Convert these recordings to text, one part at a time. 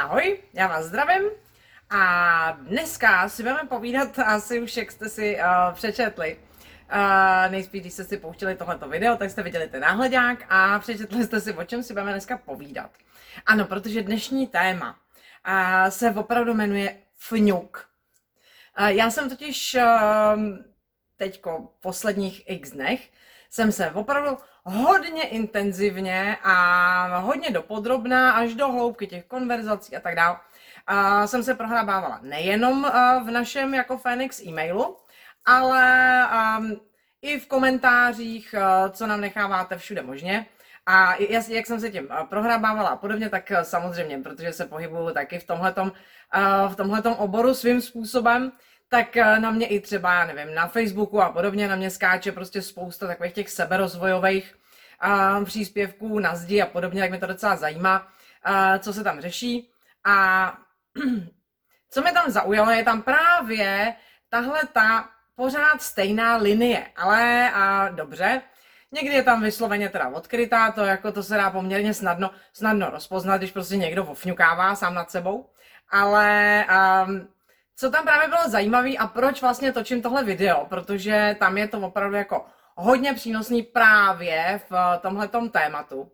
Ahoj, já vás zdravím a dneska si budeme povídat asi už, jak jste si přečetli. Nejspíš, když jste si pouštěli tohleto video, tak jste viděli ten náhledák a přečetli jste si, o čem si budeme dneska povídat. Ano, protože dnešní téma se opravdu jmenuje fňuk. Já jsem totiž teďko v posledních x dnech jsem se opravdu hodně intenzivně a hodně dopodrobná až do hloubky těch konverzací a tak dále. Jsem se prohrabávala nejenom v našem jako Fénix e-mailu, ale i v komentářích, co nám necháváte všude možně. A jak jsem se tím prohrabávala a podobně, tak samozřejmě, protože se pohybuju taky v tomhletom oboru svým způsobem, tak na mě i třeba, já nevím, na Facebooku a podobně, na mě skáče prostě spousta takových těch seberozvojových příspěvků na zdi a podobně, tak mě to docela zajímá, co se tam řeší. A co mě tam zaujalo, je tam právě tahle ta pořád stejná linie, ale dobře, někdy je tam vysloveně teda odkrytá, to se dá poměrně snadno rozpoznat, když prostě někdo ofňukává sám nad sebou, ale co tam právě bylo zajímavé a proč vlastně točím tohle video, protože tam je to opravdu jako hodně přínosný právě v tomhletom tématu.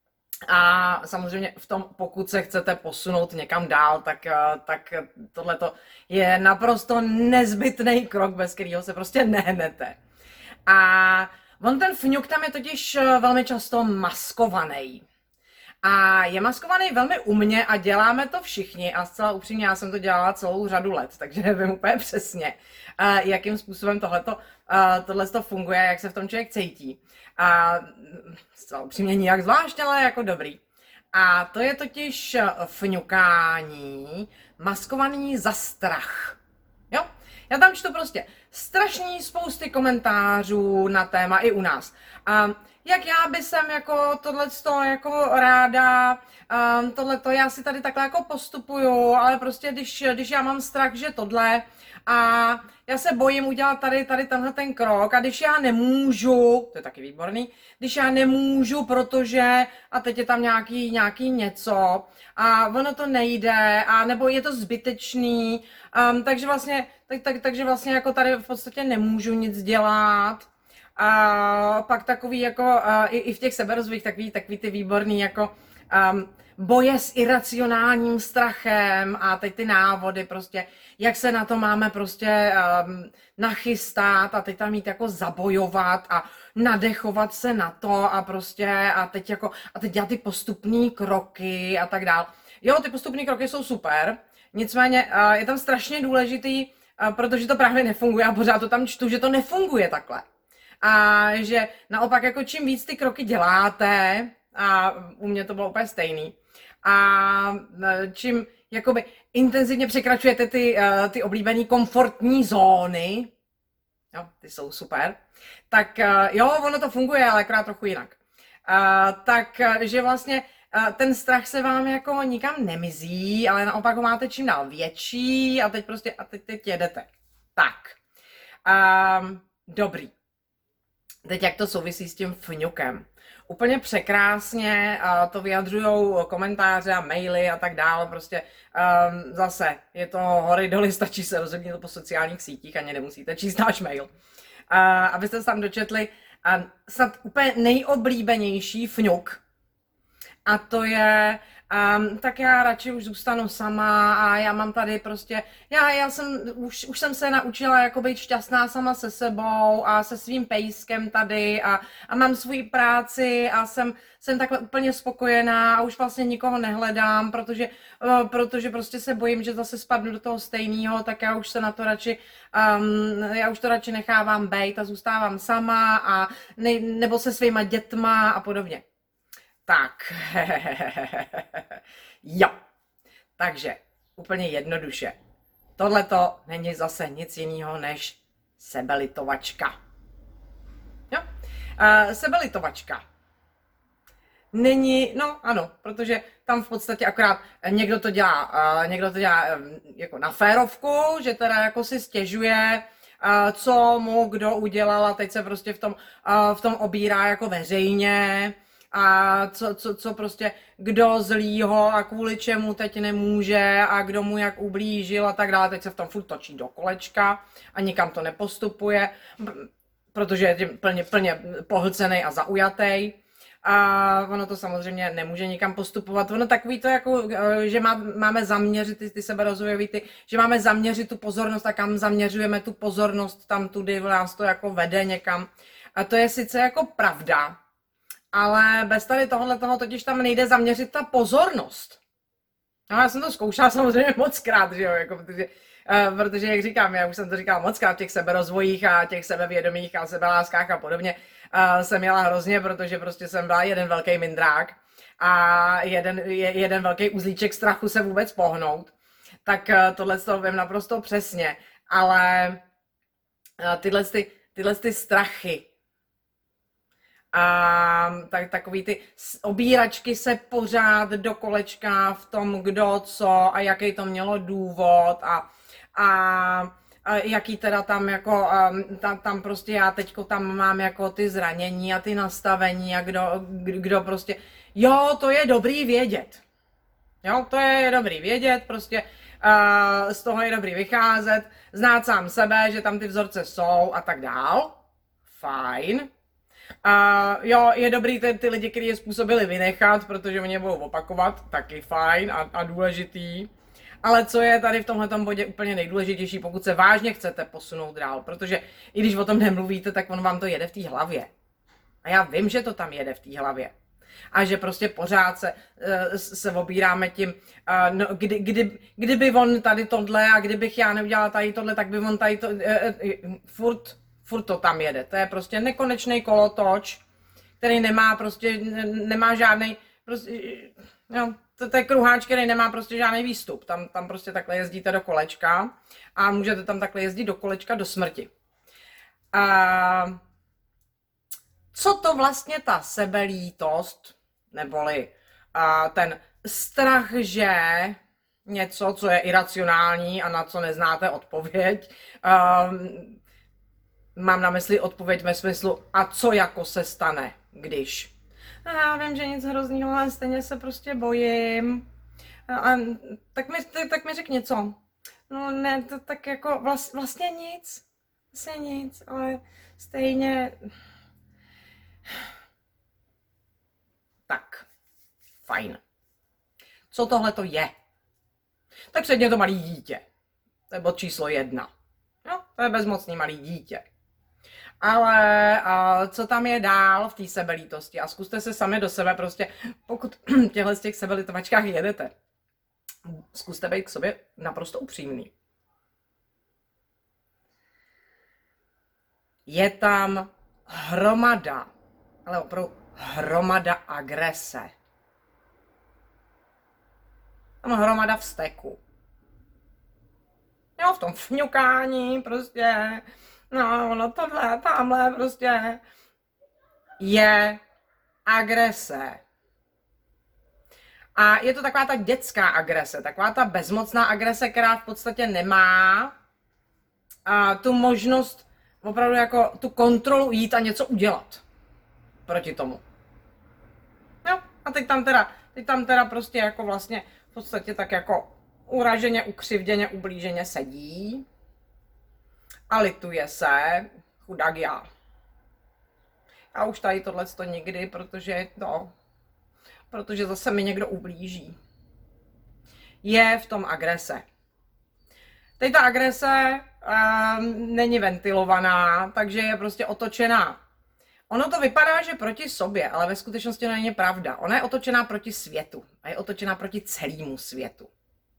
A samozřejmě v tom, pokud se chcete posunout někam dál, tak tohleto je naprosto nezbytný krok, bez kterého se prostě nehnete. A on ten fňuk tam je totiž velmi často maskovaný. A je maskovaný velmi umně a děláme to všichni a zcela upřímně já jsem to dělala celou řadu let, takže nevím úplně přesně, jakým způsobem tohle funguje, jak se v tom člověk cítí. A zcela upřímně nijak zvlášť, ale jako dobrý. A to je totiž fňukání maskovaný za strach. Jo? Já tam čtu prostě strašný spousty komentářů na téma i u nás. Jak já by jsem jako tohleto jako ráda, tohleto, já si tady takhle jako postupuju, ale prostě když já mám strach, že tohle a já se bojím udělat tady tenhle ten krok a když já nemůžu, to je taky výborný, když já nemůžu, protože a teď je tam nějaký něco a ono to nejde a nebo je to zbytečný, takže vlastně jako tady v podstatě nemůžu nic dělat. A pak takový jako i v těch seberozvojích takový ty výborný jako boje s iracionálním strachem a teď ty návody prostě, jak se na to máme prostě nachystat a teď tam mít jako zabojovat a nadechovat se na to a prostě a teď dělat ty postupné kroky a tak dál. Jo, ty postupné kroky jsou super, nicméně je tam strašně důležitý, protože to právě nefunguje a pořád to tam čtu, že to nefunguje takhle. A že naopak jako čím víc ty kroky děláte, a u mě to bylo úplně stejný, a čím jakoby intenzivně překračujete ty oblíbené komfortní zóny, jo, ty jsou super, tak jo, ono to funguje, ale akorát trochu jinak. Takže vlastně ten strach se vám jako nikam nemizí, ale naopak ho máte čím dál větší a teď jedete. Tak, dobrý. Teď jak to souvisí s tím fňukem. Úplně překrásně to vyjadřujou komentáře a maily a tak dále. Prostě zase je to hory doly, stačí se rozhodně to po sociálních sítích, ani nemusíte číst náš mail. Abyste se tam dočetli snad úplně nejoblíbenější fňuk. A to je, tak já radši už zůstanu sama a já mám tady prostě, už jsem se naučila jako být šťastná sama se sebou a se svým pejskem tady a mám svoji práci a jsem takhle úplně spokojená a už vlastně nikoho nehledám, protože prostě se bojím, že zase spadnu do toho stejného, tak já už se na to já už to radši nechávám bejt a zůstávám sama a nebo se svýma dětma a podobně. Tak, jo, takže úplně jednoduše. Tohleto není zase nic jiného než sebelitovačka. Jo? Sebelitovačka. Není, no ano, protože tam v podstatě akorát někdo to dělá jako na férovku, že teda jako si stěžuje, co mu kdo udělal a teď se prostě v tom obírá jako veřejně. a co prostě, kdo zlýho a kvůli čemu teď nemůže a kdo mu jak ublížil a tak dále. Teď se v tom furt točí do kolečka a nikam to nepostupuje, protože je tím plně pohlcený a zaujatý. A ono to samozřejmě nemůže nikam postupovat. Ono takový to, jako, že máme zaměřit ty seberozvojový, že máme zaměřit tu pozornost a kam zaměřujeme tu pozornost, tam tudy nás to jako vede někam. A to je sice jako pravda, ale bez tady toho totiž tam nejde zaměřit ta pozornost. No, já jsem to zkoušela samozřejmě mockrát, že jo, jako, protože, jak říkám, já už jsem to říkala mockrát v těch seberozvojích a těch sebevědomých a sebeláskách a podobně, jsem jela hrozně, protože prostě jsem byla jeden velký mindrák a jeden velký uzlíček strachu se vůbec pohnout. Tak tohle to vím naprosto přesně, ale tyhle strachy a takový ty obíračky se pořád do kolečka v tom, kdo co a jaký to mělo důvod a jaký teda tam jako, tam prostě já teďko tam mám jako ty zranění a ty nastavení a kdo prostě, jo, to je dobrý vědět. Jo, to je dobrý vědět, prostě z toho je dobrý vycházet, znát sám sebe, že tam ty vzorce jsou a tak dál. Fajn. Jo, je dobrý ty lidi, kteří je způsobili vynechat, protože oni je budou opakovat, taky fajn a důležitý. Ale co je tady v tomhletom bodě úplně nejdůležitější, pokud se vážně chcete posunout dál, protože i když o tom nemluvíte, tak on vám to jede v té hlavě. A já vím, že to tam jede v té hlavě. A že prostě pořád se obíráme tím, no, kdyby on tady tohle a kdybych já neudělala tady tohle, tak by on tady to, furt to tam jede. To je prostě nekonečný kolotoč, který nemá žádnej, prostě, no, to je kruháč, který nemá prostě žádný výstup. Tam prostě takhle jezdíte do kolečka a můžete tam takhle jezdit do kolečka do smrti. Co to vlastně ta sebelítost, neboli ten strach, že něco, co je iracionální a na co neznáte odpověď, mám na mysli odpověď ve smyslu, a co jako se stane, když? Já vím, že nic hroznýho, ale stejně se prostě bojím. Tak mi řekni něco. No ne, to tak jako vlastně nic. Vlastně nic, ale stejně... Tak, fajn. Co tohle to je? Tak předně to malý dítě. To je bod číslo 1. No, to je bezmocný malý dítě. Ale co tam je dál v té sebelítosti? A zkuste se sami do sebe prostě, pokud těchto z těch sebelitovačkách jedete, zkuste být k sobě naprosto upřímný. Je tam hromada, ale opravdu hromada agrese. Tam hromada vzteku. Jo, v tom fňukání prostě, no, ono tohle, tamhle prostě je agrese. A je to taková ta dětská agrese, taková ta bezmocná agrese, která v podstatě nemá tu možnost opravdu jako tu kontrolu jít a něco udělat proti tomu. No a teď tam teda prostě jako vlastně v podstatě tak jako uraženě, ukřivděně, ublíženě sedí a lituje se, chudák já. Já už tady tohleto nikdy, protože zase mi někdo ublíží. Je v tom agrese. Teď ta agrese není ventilovaná, takže je prostě otočená. Ono to vypadá, že proti sobě, ale ve skutečnosti to není pravda. Ona je otočená proti světu a je otočená proti celému světu.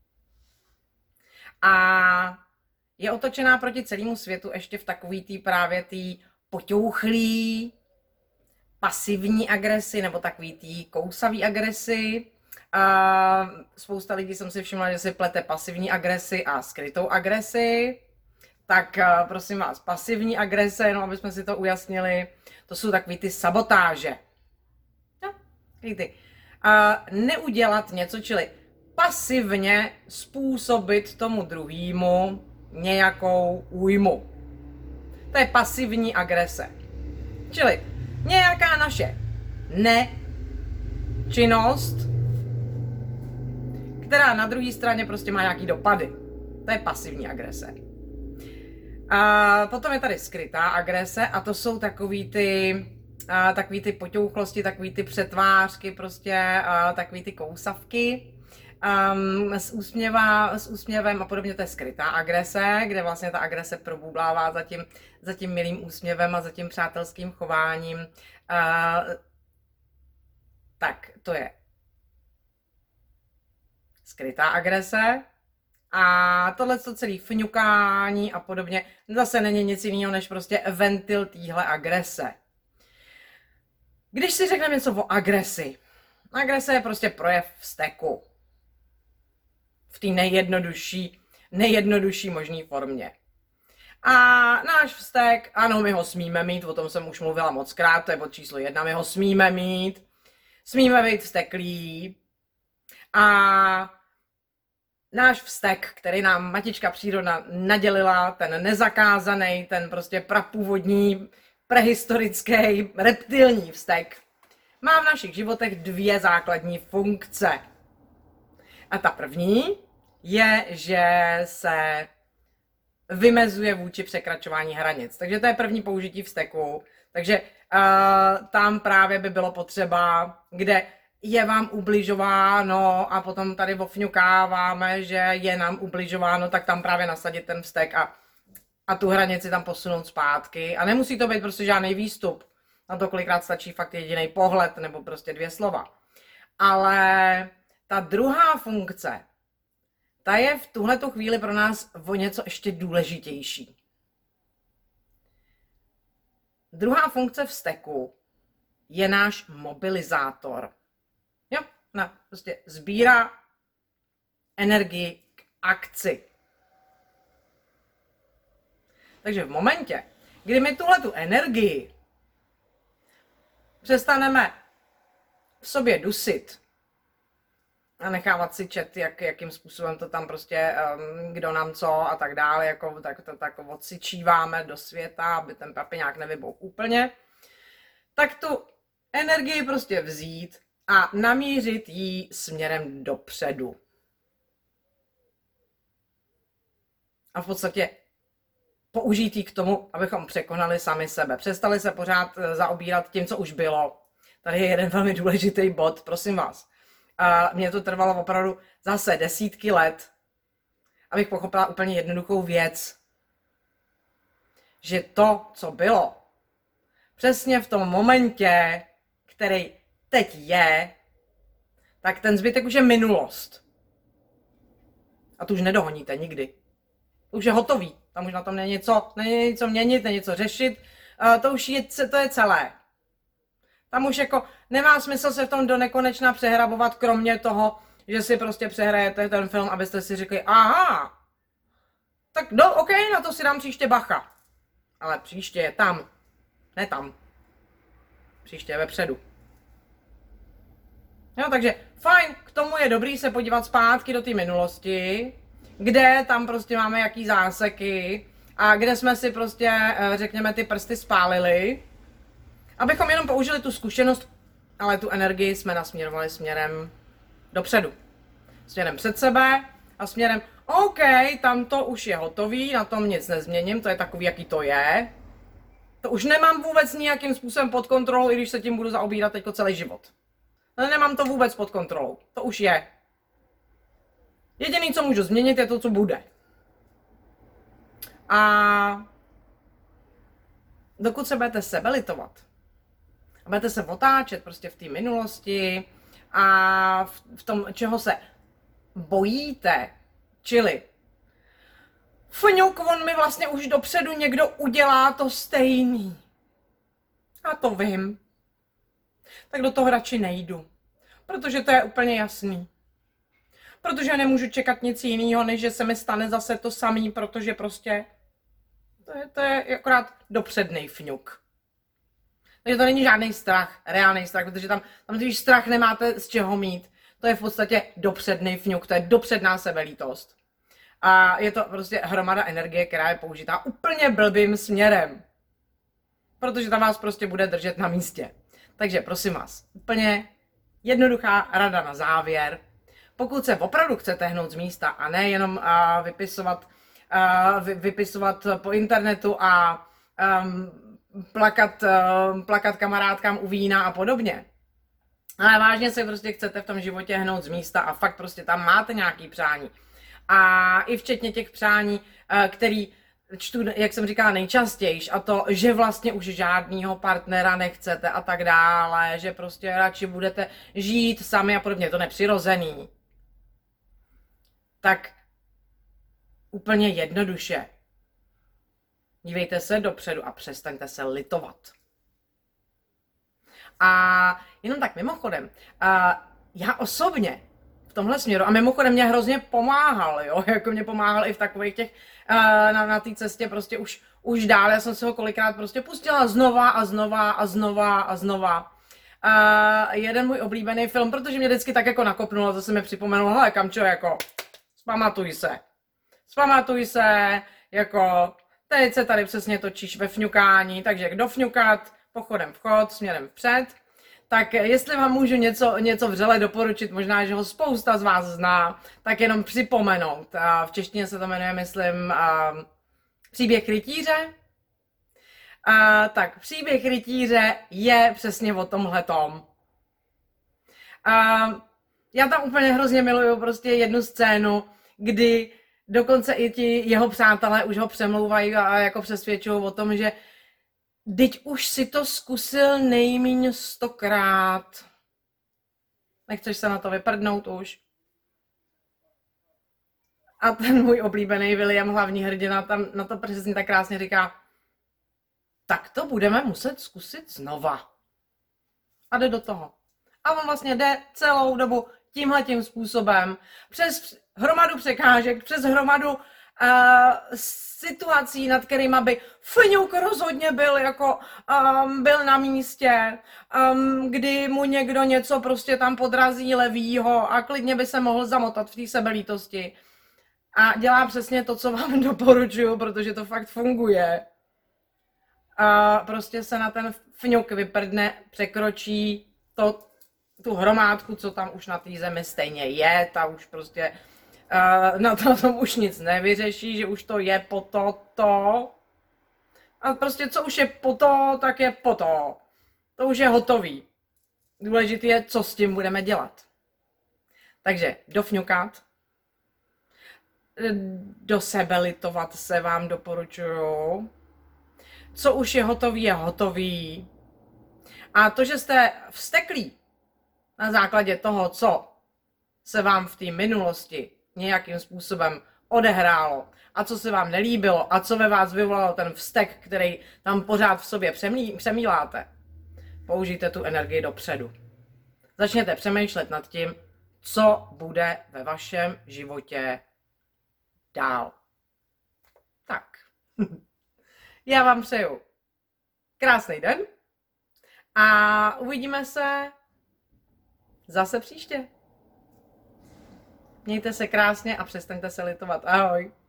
A je otočená proti celému světu ještě v takový právě tý poťouchlý, pasivní agresi, nebo takový tý kousavý agresi. Spousta lidí jsem si všimla, že si plete pasivní agresi a skrytou agresi. Tak prosím vás, pasivní agrese, jenom aby jsme si to ujasnili, to jsou takový ty sabotáže. No, ty. Neudělat něco, čili pasivně způsobit tomu druhému nějakou újmu. To je pasivní agrese. Čili nějaká naše činnost, která na druhé straně prostě má nějaký dopady. To je pasivní agrese. A potom je tady skrytá agrese a to jsou takový ty poťouchlosti, takový ty přetvářky, prostě takový ty kousavky s úsměvem a podobně. To je skrytá agrese, kde vlastně ta agrese probublává za tím milým úsměvem a za tím přátelským chováním. Tak, to je skrytá agrese. A tohleto celý fňukání a podobně zase není nic jiného než prostě ventil téhle agrese. Když si řekneme něco o agresi. Agrese je prostě projev vzteku. V té nejjednodušší možné formě. A náš vztek, ano, my ho smíme mít, o tom jsem už mluvila mockrát, to je bod číslo 1, my ho smíme mít. Smíme být vzteklí. A náš vztek, který nám matička příroda nadělila, ten nezakázaný, ten prostě prapůvodní, prehistorický, reptilní vztek, má v našich životech 2 základní funkce. A ta první je, že se vymezuje vůči překračování hranic. Takže to je první použití vzteku. Takže tam právě by bylo potřeba, kde je vám ubližováno a potom tady ofňukáváme, že je nám ubližováno, tak tam právě nasadit ten vztek a tu hranici tam posunout zpátky. A nemusí to být prostě žádný výstup. Na to kolikrát stačí fakt jediný pohled nebo prostě 2 slova. Ale ta druhá funkce, ta je v tuhletu chvíli pro nás o něco ještě důležitější. Druhá funkce vzteku je náš mobilizátor. Jo, prostě sbírá energii k akci. Takže v momentě, kdy my tuhletu energii přestaneme v sobě dusit a nechávat si čet, jakým způsobem to tam prostě, kdo nám co a tak dále, jako, tak odsyčíváme do světa, aby ten papiňák nevybouch úplně, tak tu energii prostě vzít a namířit ji směrem dopředu. A v podstatě použít ji k tomu, abychom překonali sami sebe. Přestali se pořád zaobírat tím, co už bylo. Tady je jeden velmi důležitý bod, prosím vás. Mně to trvalo opravdu zase desítky let, abych pochopila úplně jednoduchou věc. Že to, co bylo, přesně v tom momentě, který teď je, tak ten zbytek už je minulost. A tu už nedohoníte nikdy. To už je hotový. Tam už na tom není co měnit, není co řešit. To je celé. Tam už jako nemá smysl se v tom do nekonečna přehrabovat, kromě toho, že si prostě přehrajete ten film, abyste si řekli, aha, tak OK, na to si dám příště bacha. Ale příště je tam, ne tam. Příště je vepředu. Jo, takže fajn, k tomu je dobrý se podívat zpátky do té minulosti, kde tam prostě máme jaký záseky a kde jsme si prostě, řekněme, ty prsty spálili, abychom jenom použili tu zkušenost, ale tu energii jsme nasměrovali směrem dopředu. Směrem před sebe a směrem, OK, tam to už je hotový, na tom nic nezměním, to je takový, jaký to je. To už nemám vůbec nějakým způsobem pod kontrolou, i když se tím budu zaobírat teďko celý život. Ale nemám to vůbec pod kontrolou, to už je. Jediný, co můžu změnit, je to, co bude. A dokud se budete sebelitovat, a budete se otáčet prostě v té minulosti a v tom, čeho se bojíte, čili fňuk, on mi vlastně už dopředu někdo udělá to stejný. A to vím. Tak do toho radši nejdu. Protože to je úplně jasný. Protože nemůžu čekat nic jiného, než že se mi stane zase to samý, protože prostě to je akorát dopřednej fňuk. Takže to není žádný strach, reálný strach, protože tam když strach nemáte z čeho mít, to je v podstatě dopřednej fňuk, to je dopředná sebelítost. A je to prostě hromada energie, která je použitá úplně blbým směrem. Protože ta vás prostě bude držet na místě. Takže prosím vás, úplně jednoduchá rada na závěr. Pokud se opravdu chcete hnout z místa a ne jenom vypisovat po internetu a plakat kamarádkám u vína a podobně, ale vážně se prostě chcete v tom životě hnout z místa a fakt prostě tam máte nějaký přání. A i včetně těch přání, který čtu, jak jsem říkala, nejčastěji, a to, že vlastně už žádnýho partnera nechcete a tak dále, že prostě radši budete žít sami a podobně, to nepřirozený. Tak úplně jednoduše. Dívejte se dopředu a přestaňte se litovat. A jenom tak mimochodem, já osobně v tomhle směru, a mimochodem mě hrozně pomáhal, jo, jako mě pomáhal i v takových těch, na té cestě prostě už dál, já jsem se ho kolikrát prostě pustila znova. Jeden můj oblíbený film, protože mě vždycky tak jako nakopnulo, to se mi připomenulo, hele Kamčo, jako Zpamatuj se, jako teď se tady přesně točíš ve fňukání, takže dofňukat, pochodem vchod, směrem vpřed. Tak jestli vám můžu něco vřele doporučit, možná, že ho spousta z vás zná, tak jenom připomenout. V češtině se to jmenuje, myslím, Příběh rytíře. Tak Příběh rytíře je přesně o tomhletom. Já tam úplně hrozně miluju prostě jednu scénu, kdy dokonce i ti jeho přátelé už ho přemlouvají a jako přesvědčují o tom, že teď už si to zkusil nejmíň 100krát. Nechceš se na to vyprdnout už? A ten můj oblíbený William, hlavní hrdina, tam na to přesně tak krásně říká, tak to budeme muset zkusit znova. A jde do toho. A on vlastně jde celou dobu tímhletím způsobem, přes hromadu překážek, přes hromadu situací, nad kterýma by fňuk rozhodně byl jako byl na místě, kdy mu někdo něco prostě tam podrazí levýho a klidně by se mohl zamotat v té sebelítosti. A dělá přesně to, co vám doporučuju, protože to fakt funguje. Prostě se na ten fňuk vyprdne, překročí tu hromádku, co tam už na té zemi stejně je, ta už prostě na tom už nic nevyřeší, že už to je po to. A prostě co už je po to, tak je po to. To už je hotový. Důležité je, co s tím budeme dělat. Takže dofňukat, do sebe litovat se vám doporučuju. Co už je hotový, je hotový. A to, že jste vzteklí na základě toho, co se vám v té minulosti nějakým způsobem odehrálo a co se vám nelíbilo a co ve vás vyvolalo ten vztek, který tam pořád v sobě přemíláte, použijte tu energii dopředu. Začněte přemýšlet nad tím, co bude ve vašem životě dál. Tak. Já vám přeju krásný den a uvidíme se zase příště. Mějte se krásně a přestaňte se litovat. Ahoj.